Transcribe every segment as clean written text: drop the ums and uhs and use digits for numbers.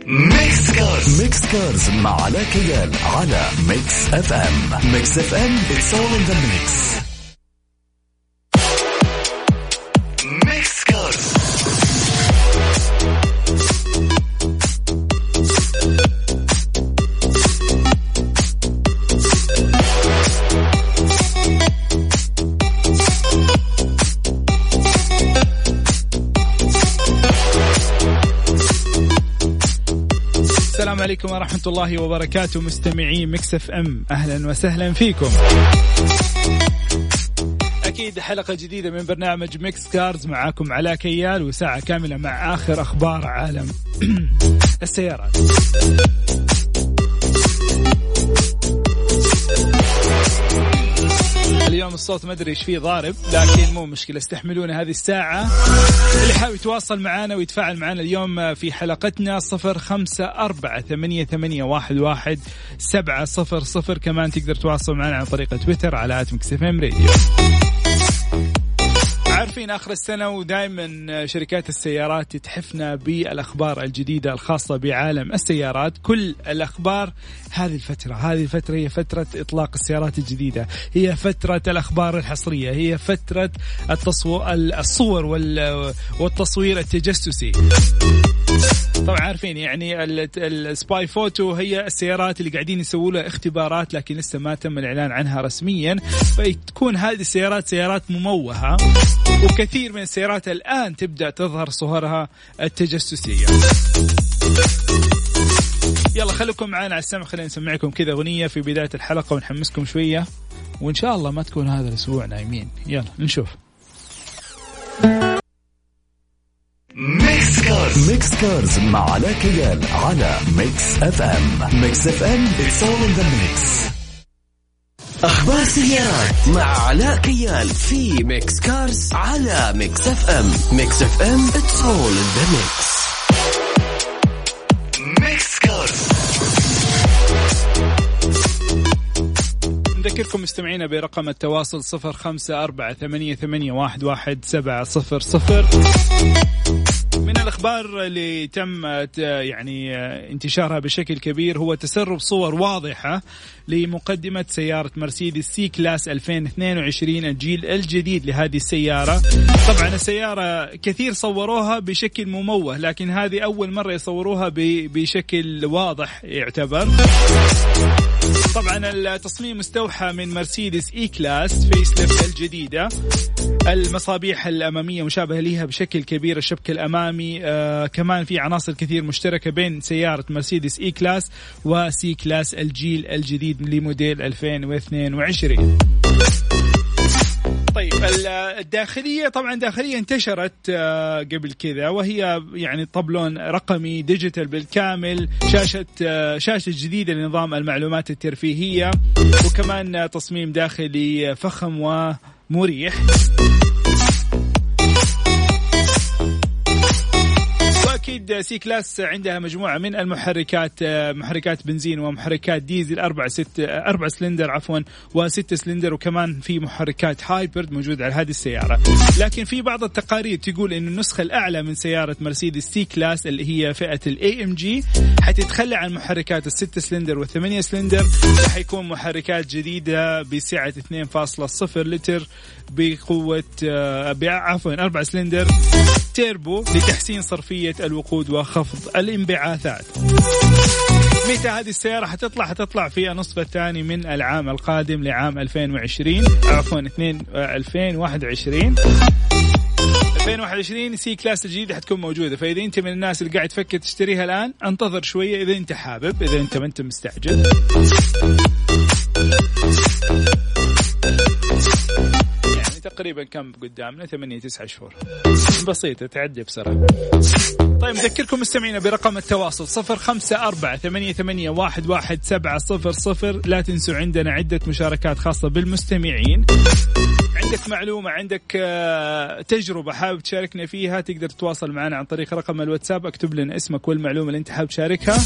ميكس كارز مع علاء كيال على ميكس اف ام. ميكس اف ام it's all in the mix. ميكس كارز. السلام عليكم ورحمة الله وبركاته مستمعين ميكس اف ام، أهلا وسهلا فيكم. أكيد حلقة جديدة من برنامج ميكس كارز، معاكم علاء كيال، وساعة كاملة مع آخر أخبار عالم السيارات. اليوم الصوت ما أدري إيش فيه ضارب، لكن مو مشكلة، استحملونا هذه الساعة. اللي حابب يتواصل معنا ويتفاعل معنا اليوم في حلقتنا 0548811700. كمان تقدر تواصل معنا عن طريق تويتر على @mixfmradio. عارفين آخر السنة ودائما شركات السيارات تحفنا بالأخبار الجديدة الخاصة بعالم السيارات. كل الأخبار هذه الفترة هي فترة إطلاق السيارات الجديدة، هي فترة الأخبار الحصرية، هي فترة الصور والتصوير التجسسي. طبعا عارفين يعني السباي فوتو هي السيارات اللي قاعدين يسووا لها اختبارات، لكن لسه ما تم الإعلان عنها رسميا، فتكون هذه السيارات سيارات مموهة، وكثير من السيارات الآن تبدأ تظهر صورها التجسسية. يلا خليكم معنا على السمع، خلينا نسمعكم كذا أغنية في بداية الحلقة ونحمسكم شوية، وإن شاء الله ما تكون هذا الأسبوع نايمين. يلا نشوف. ميكس كارز مع علاء كيال على ميكس اف ام. ميكس اف ام it's all in the mix. أخبار سيارات مع علاء كيال في ميكس كارز على ميكس اف ام. ميكس اف ام it's all in the mix. ميكس كارز. نذكركم مستمعينا برقم التواصل 0548811700. من الأخبار اللي تم يعني انتشارها بشكل كبير هو تسرب صور واضحة لمقدمة سيارة مرسيدس سي كلاس 2022 الجيل الجديد لهذه السيارة. طبعا السيارة كثير صوروها بشكل مموه، لكن هذه أول مرة يصوروها بشكل واضح يعتبر. طبعا التصميم مستوحى من مرسيدس اي كلاس فيس ليفت الجديدة. المصابيح الأمامية مشابهة لها بشكل كبير، الشبك الأمامي كمان في عناصر كثير مشتركة بين سيارة مرسيدس اي كلاس وسي كلاس الجيل الجديد لموديل 2022. طيب الداخلية، طبعا داخلية انتشرت قبل كذا، وهي يعني طبلون رقمي ديجيتال بالكامل، شاشة جديدة لنظام المعلومات الترفيهية، وكمان تصميم داخلي فخم ومريح. أكيد سي كلاس عندها مجموعة من المحركات، محركات بنزين ومحركات ديزل 4 سلندر و6 سلندر، وكمان في محركات هايبرد موجود على هذه السيارة. لكن في بعض التقارير تقول إن النسخة الأعلى من سيارة مرسيدس سي كلاس اللي هي فئة AMG حتتخلى عن محركات 6 سلندر و8 سلندر، وحيكون محركات جديدة بسعة 2.0 لتر بقوة 4 سلندر تيربو لتحسين صرفية الوقود وخفض الانبعاثات. متى هذه السيارة حتطلع في النصف الثاني من العام القادم لعام 2021 سي كلاس الجديدة حتكون موجودة. فإذا أنت من الناس اللي قاعد تفكر تشتريها الآن، انتظر شوية إذا أنت حابب، إذا أنت ما أنت مستعجل. تقريبا كم قدامنا 8-9 شهور، بسيطة تعدي بسرعة. طيب نذكركم مستمعينا برقم التواصل 0548811700. لا تنسوا عندنا عدة مشاركات خاصة بالمستمعين. عندك معلومة، عندك تجربة حابب تشاركنا فيها، تقدر تتواصل معنا عن طريق رقم الواتساب، اكتب لنا اسمك والمعلومة اللي انت حابب تشاركها.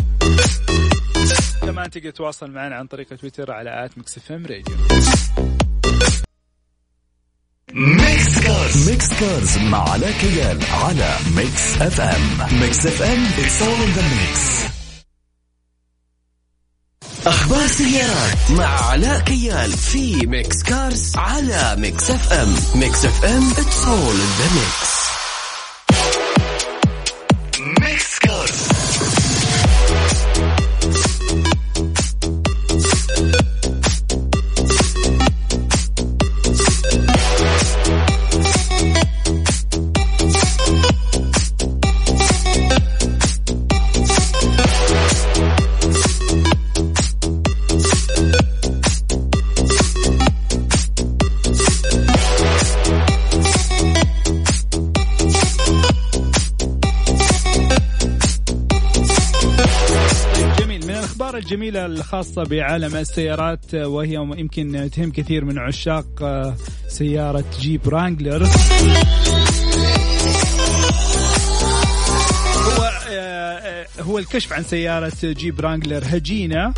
كمان تقدر تتواصل معنا عن طريق تويتر على @mixfmradio. ميكس كارز مع علاء كيال على ميكس اف ام. ميكس اف ام it's all in the mix. أخبار سيارات مع علاء كيال في ميكس كارز على ميكس اف ام. ميكس اف ام it's all in the mix. ميكس كارز. الجميلة الخاصة بعالم السيارات وهي يمكن تهم كثير من عشاق سيارة جيب رانجلر هو الكشف عن سيارة جيب رانجلر هجينة.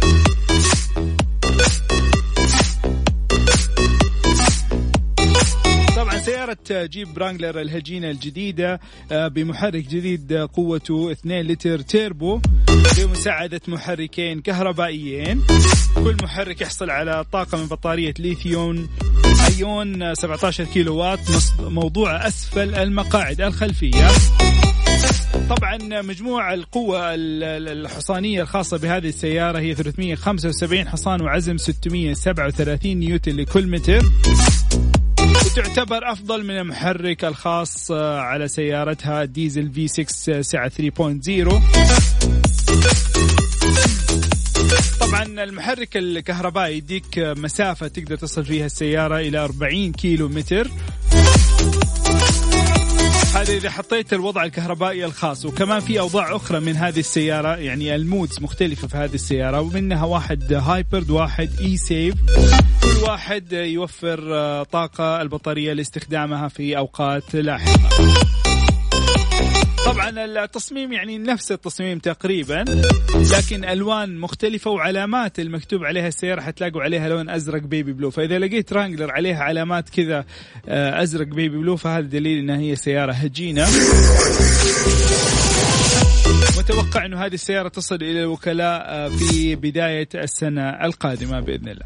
سيارة جيب رانجلر الهجينة الجديدة بمحرك جديد قوته 2 لتر تيربو بمساعدة محركين كهربائيين. كل محرك يحصل على طاقة من بطارية ليثيوم أيون 17 كيلو وات موضوع أسفل المقاعد الخلفية. طبعا مجموع القوة الحصانية الخاصة بهذه السيارة هي 375 حصان وعزم 637 نيوتن لكل متر، وتعتبر أفضل من المحرك الخاص على سيارتها ديزل V6 سعة 3.0. طبعا المحرك الكهربائي يديك مسافة تقدر تصل فيها السيارة إلى 40 كيلو متر، هذا إذا حطيت الوضع الكهربائي الخاص. وكمان في أوضاع أخرى من هذه السيارة، يعني المودز مختلفة في هذه السيارة، ومنها واحد هايبرد واحد اي سيف، كل واحد يوفر طاقة البطارية لاستخدامها في أوقات لاحقة. طبعا التصميم يعني نفس التصميم تقريبا، لكن ألوان مختلفة وعلامات المكتوب عليها السيارة حتلاقوا عليها لون أزرق بيبي بلو. فإذا لقيت رانجلر عليها علامات كذا أزرق بيبي بلو فهذا دليل أنها هي سيارة هجينة. متوقع أنه هذه السيارة تصل إلى الوكلاء في بداية السنة القادمة بإذن الله.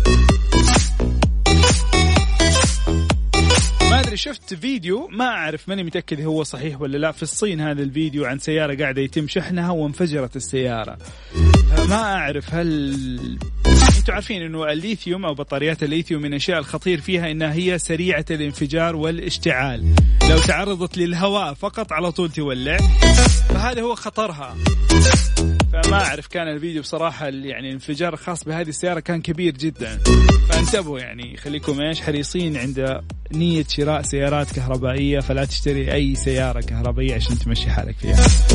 ما أدري، شفت فيديو ما أعرف ماني متأكد هو صحيح ولا لا، في الصين هذا الفيديو عن سيارة قاعدة يتم شحنها وانفجرت السيارة. فما أعرف هل أنتوا عارفين أنه الليثيوم أو بطاريات الليثيوم من الأشياء الخطير فيها أنها هي سريعة الانفجار والاشتعال، لو تعرضت للهواء فقط على طول تولع، فهذا هو خطرها. فما أعرف، كان الفيديو بصراحة يعني الانفجار الخاص بهذه السيارة كان كبير جدا، فانتبهوا يعني خليكم حريصين عند نية شراء سيارات كهربائية، فلا تشتري أي سيارة كهربائية عشان تمشي حالك فيها.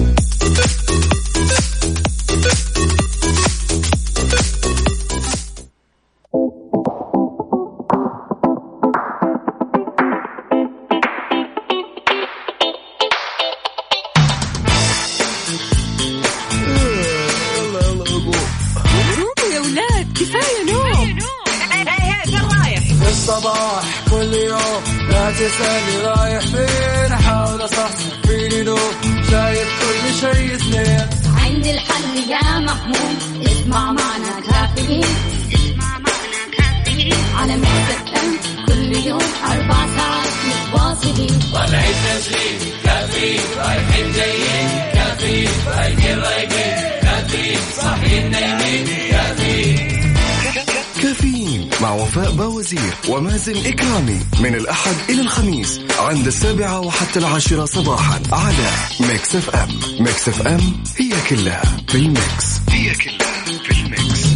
الصباح كل يوم لا تسألني رايح فين، أحاول أصحصح فيني لو شايف كل شيء سنين. عندي الحل يا محمود، اسمع معنا كافيين، اسمع معنا كافيين على مكتب كل يوم 4 ساعات متواصلين. طلعت تسليم كافيين، رايحين جايين كافيين، رايقين رايقين كافيين، صاحيين نايمين كافيين. كافيين مع وفاء باوزير ومازن إكرامي من الأحد إلى الخميس عند 7 وحتى 10 صباحا على ميكس اف ام. ميكس اف ام هي كلها في الميكس، هي كلها في الميكس.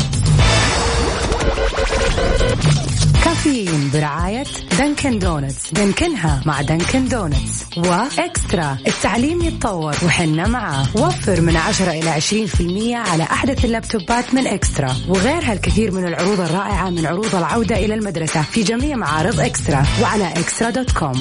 كافيين برعاية دانكن دونتس، دانكنها مع دانكن دونتس. وإكسترا، التعليم يتطور وحنا معاه. وفر من 10 إلى 20% على أحدث اللابتوبات من إكسترا، وغيرها الكثير من العروض الرائعة من عروض العودة إلى المدرسة في جميع معارض إكسترا وعلى extra.com.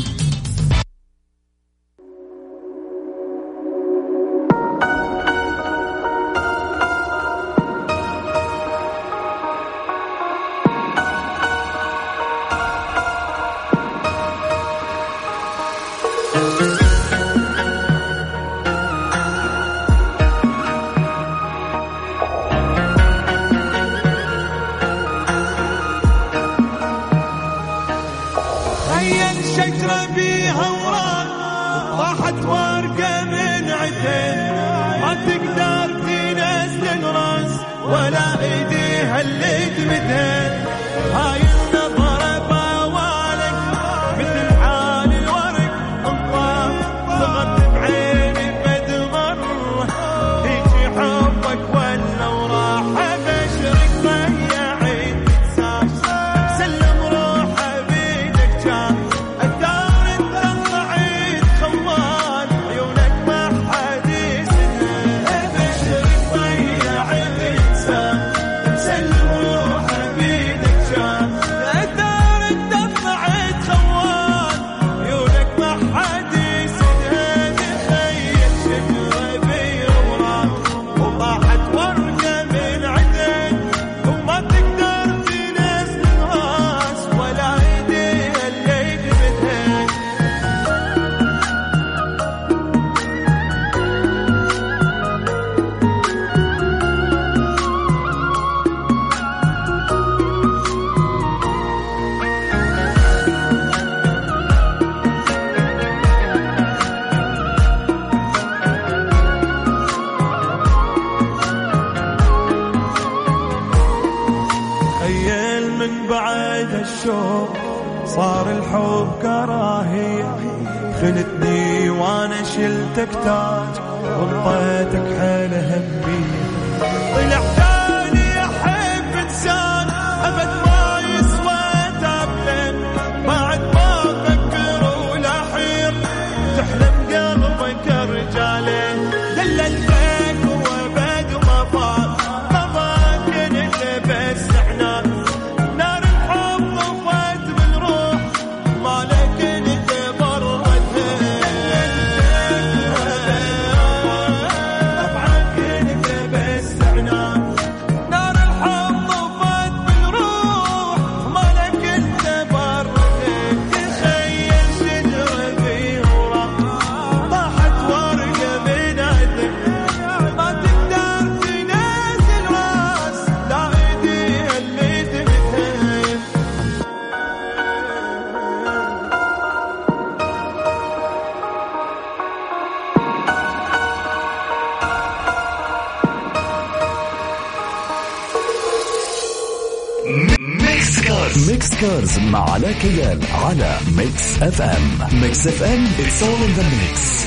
ولا ايديها اللي تمدها. هاي النظرة بوالك مثل حال الورق انطاف ضغط بعيني بدمر. هيجي حبك ولا وراح بشرك ضيعي تنساش. سلم روحه بيدك كان الدار انت طلعت خوان عيونك ما حد يسهل. بشرك ضيعي تنساش. سلم روحه بيدك كان الدار انت طلعت خوان عيونك ما حد يسهل. تخيل شجرة بيورا وطاحت ورقة من عدن وما تقدر تنزل راس ولا ايديها اللي قبتها. تخيل من بعد الشوق صار الحب كراهية. خنتني وانا شلتك تاج وانطيتك حيل همية. طلع تاني احب انسان ابد ما يسوى تابلن. بعد ما افكر ولا حير تحلم قلبك رجالين. دللتك وابد ما فات ما كنت بس احنا نار الحب طفت بالروح ما لك انت برتها. ابعد كنت بس احنا نار الحب طفت بالروح ما لك انت برتها. تخيل شجرة بيورا طاحت ورقة من عدن ما تقدر تنزل راس لا ايديها اللي تمدها. ميكس كارز مع علاء كيال على ميكس اف ام. ميكس اف ام it's all in the mix.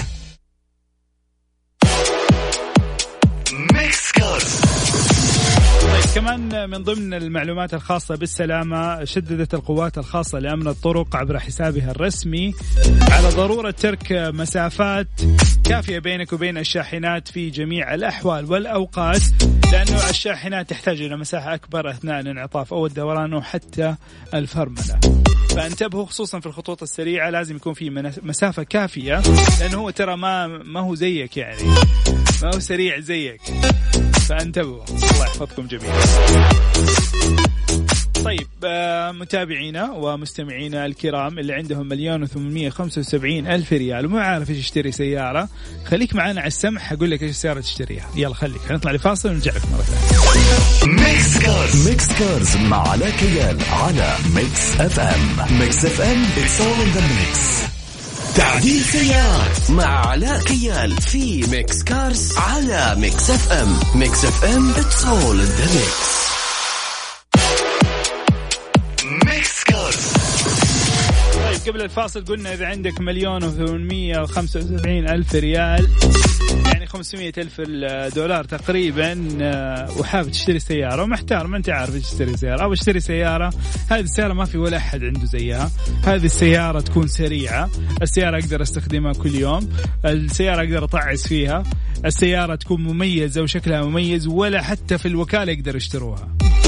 ميكس كارز. طيب كمان من ضمن المعلومات الخاصة بالسلامة، شددت القوات الخاصة لأمن الطرق عبر حسابها الرسمي على ضرورة ترك مسافات كافية بينك وبين الشاحنات في جميع الأحوال والأوقات، لأنه الشاحنات تحتاج إلى مساحة أكبر أثناء الانعطاف أو الدوران وحتى الفرملة. فانتبهوا خصوصا في الخطوط السريعة لازم يكون في مسافة كافية، لأنه هو ترى ما هو زيك، يعني ما هو سريع زيك، فانتبهوا. الله يحفظكم جميعا. طيب متابعينا ومستمعينا الكرام اللي عندهم 1,875,000 ريال وما عارف ايش يشتري سيارة، خليك معنا على السمع، هقول لك ايش السيارة تشتريها. يلا خليك، هنطلع لفاصل ونرجع لك مرة ثانية. ميكس كارز مع علاء كيال على ميكس اف ام. ميكس اف ام it's all in the mix. تعديل سيارات مع علاء كيال في ميكس كارز على ميكس اف ام. ميكس اف ام it's all in the mix. قبل الفاصل قلنا إذا عندك 1,875,000 ريال يعني 500,000 دولار تقريبا وحابب تشتري سيارة ومحتار ما أنت عارف تشتري سيارة أو اشتري سيارة، هذه السيارة ما في ولا أحد عنده زيها. هذه السيارة تكون سريعة، السيارة أقدر استخدمها كل يوم، السيارة أقدر أطعس فيها، السيارة تكون مميزة وشكلها مميز ولا حتى في الوكالة يقدر يشتروها.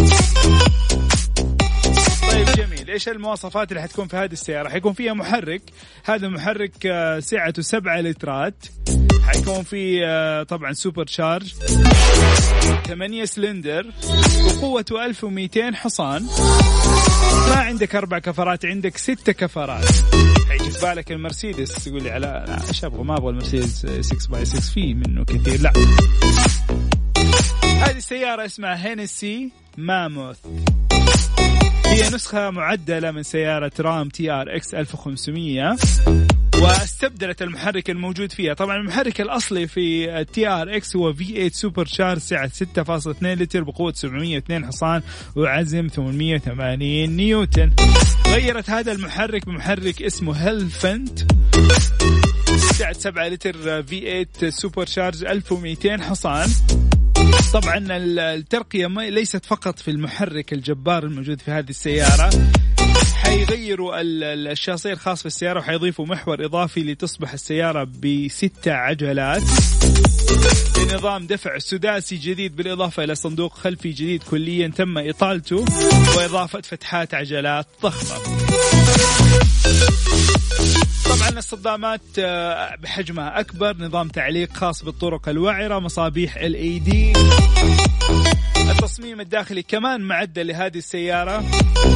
طيب جميل، إيش المواصفات اللي حتكون في هذه السيارة؟ حيكون فيها محرك، هذا محرك سعته 7 لترات، حيكون فيه طبعا سوبر شارج 8 سلندر وقوته 1200 حصان. ما عندك 4 كفرات، عندك 6 كفرات. حيجي في بالك المرسيدس تقول لي على ايش ابغى، ما ابغى المرسيدس 6x6 فيه منه كثير، لا. هذه السيارة اسمها هينسي ماموث، هي نسخة معدلة من سيارة رام TRX 1500 واستبدلت المحرك الموجود فيها. طبعا المحرك الأصلي في TRX هو V8 سوبر شارج سعة 6.2 لتر بقوة 702 حصان وعزم 880 نيوتن. غيرت هذا المحرك بمحرك اسمه هيلفنت سعة 7 لتر V8 سوبر شارج 1200 حصان. طبعا الترقية ليست فقط في المحرك الجبار الموجود في هذه السيارة، حيغيروا الشاصية الخاص في السيارة وحيضيفوا محور إضافي لتصبح السيارة ب6 عجلات بنظام دفع سداسي جديد، بالإضافة إلى صندوق خلفي جديد كليا تم إطالته وإضافة فتحات عجلات ضخمة. طبعا الصدامات بحجمها أكبر، نظام تعليق خاص بالطرق الوعرة، مصابيح LED. التصميم الداخلي كمان معدل لهذه السيارة،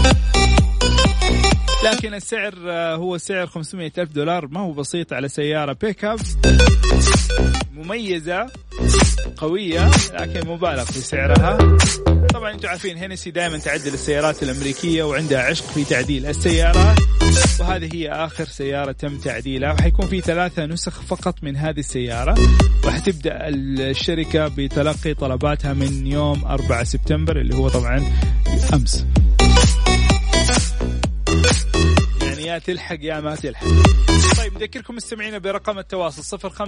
لكن السعر هو سعر $500,000. ما هو بسيط على سيارة بيك اب مميزة قوية، لكن مبالغ في سعرها. طبعا انتم عارفين هينسي دائما تعدل السيارات الأمريكية وعندها عشق في تعديل السيارات، وهذه هي آخر سيارة تم تعديلها، وحيكون في 3 نسخ فقط من هذه السيارة، وحتبدأ الشركة بتلقي طلباتها من يوم 4 سبتمبر اللي هو طبعا أمس. يعني يا تلحق يا ما تلحق. طيب نذكركم مستمعينا برقم التواصل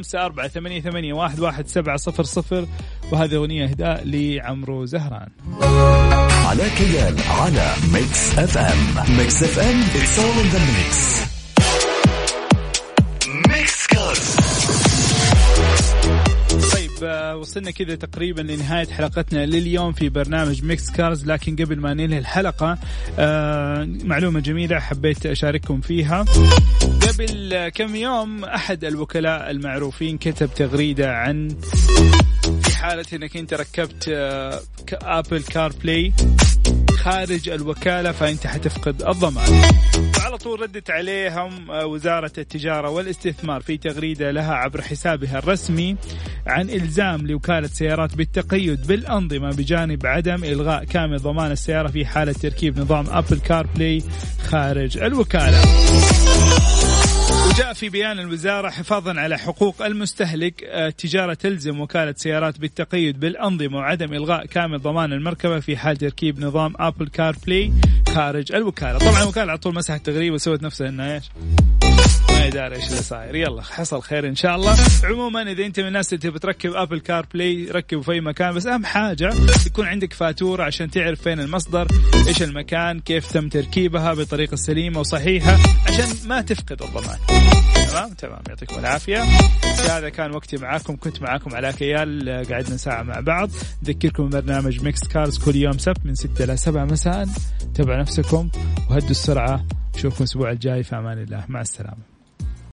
0548811700، وهذه أغنية إهداء لعمرو زهران. على كيال على ميكس اف ام. ميكس اف ام it's all in the mix. ميكس كارز. وصلنا كذا تقريبا لنهاية حلقتنا لليوم في برنامج ميكس كارز، لكن قبل ما ننهي الحلقة معلومة جميلة حبيت أشارككم فيها. قبل كم يوم أحد الوكلاء المعروفين كتب تغريدة عن في حالة أنك أنت ركبت أبل كار بلاي خارج الوكالة فأنت حتفقد الضمان. وعلى طول ردت عليهم وزارة التجارة والاستثمار في تغريدة لها عبر حسابها الرسمي عن إلزام لوكالة سيارات بالتقيد بالأنظمة بجانب عدم إلغاء كامل ضمان السيارة في حالة تركيب نظام أبل كار بلاي خارج الوكالة. وجاء في بيان الوزارة حفاظا على حقوق المستهلك التجارة تلزم وكالة سيارات بالتقيد بالأنظمة وعدم إلغاء كامل ضمان المركبة في حال تركيب نظام أبل كار بلاي خارج الوكالة. طبعا الوكالة على طول مسحت تغريب وسوت نفسها إنها إيش ما يدار إيش اللي صاير. يلا حصل خير إن شاء الله. عموما إذا أنت من الناس اللي بتركب أبل كار بلاي ركبه في أي مكان، بس أهم حاجة يكون عندك فاتورة عشان تعرف فين المصدر، إيش المكان، كيف تم تركيبها بطريقة سليمة وصحيحة عشان ما تفقد الضمان. تمام يعطيكم العافية. هذا كان وقتي معاكم، كنت معاكم على كيال، قعدنا ساعة مع بعض. ذكركم برنامج ميكس كارز كل يوم سبت من 6 إلى 7 مساء. تابعوا نفسكم وهدوا السرعة. نشوفكم الأسبوع الجاي في أمان الله. مع السلامة.